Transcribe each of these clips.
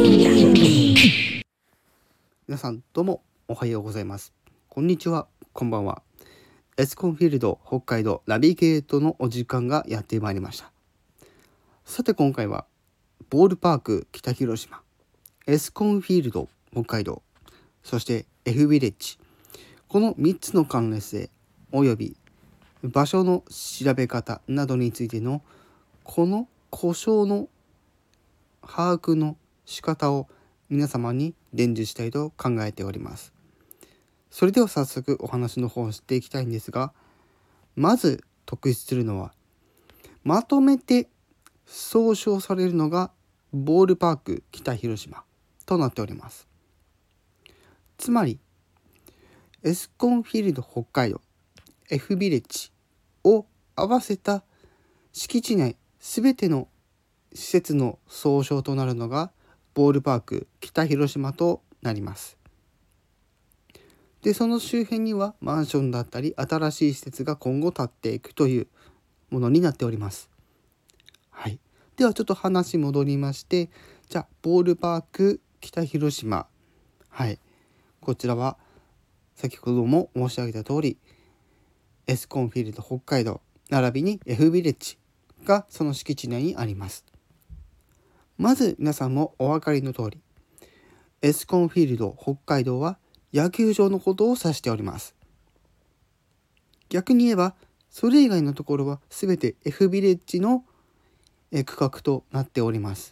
皆さんどうもおはようございます。こんにちは、こんばんは。エスコンフィールド北海道ナビゲートのお時間がやってまいりました。さて今回はボールパーク北広島、エスコンフィールド北海道、そして F ビレッジ、この3つの関連性および場所の調べ方などについてのこの故障の把握の仕方を皆様に伝授したいと考えております。それでは早速お話の方をしていきたいんですが、まず特筆するのはまとめて総称されるのがボールパーク北広島となっております。つまりエスコンフィールド北海道 F ビレッジを合わせた敷地内すべての施設の総称となるのがボールパーク北広島となります。で、その周辺にはマンションだったり新しい施設が今後建っていくというものになっております。はい。ではちょっと話戻りまして、じゃあボールパーク北広島、はい、こちらは先ほども申し上げた通りエスコンフィールド北海道並びに F ビレッジがその敷地内にあります。まず皆さんもお分かりの通り、エスコンフィールド北海道は野球場のことを指しております。逆に言えばそれ以外のところはすべて F ビレッジの区画となっております。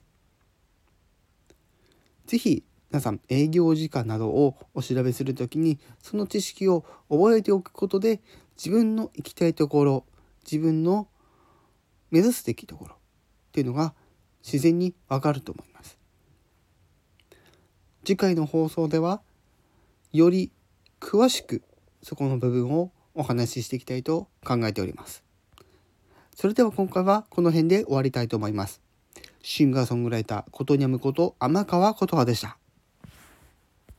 ぜひ皆さん営業時間などをお調べするときにその知識を覚えておくことで自分の行きたいところ、自分の目指すべきところっていうのが自然にわかると思います。次回の放送ではより詳しくそこの部分をお話ししていきたいと考えております。それでは今回はこの辺で終わりたいと思います。シンガーソングライターことにゃむこと天川琴葉でした。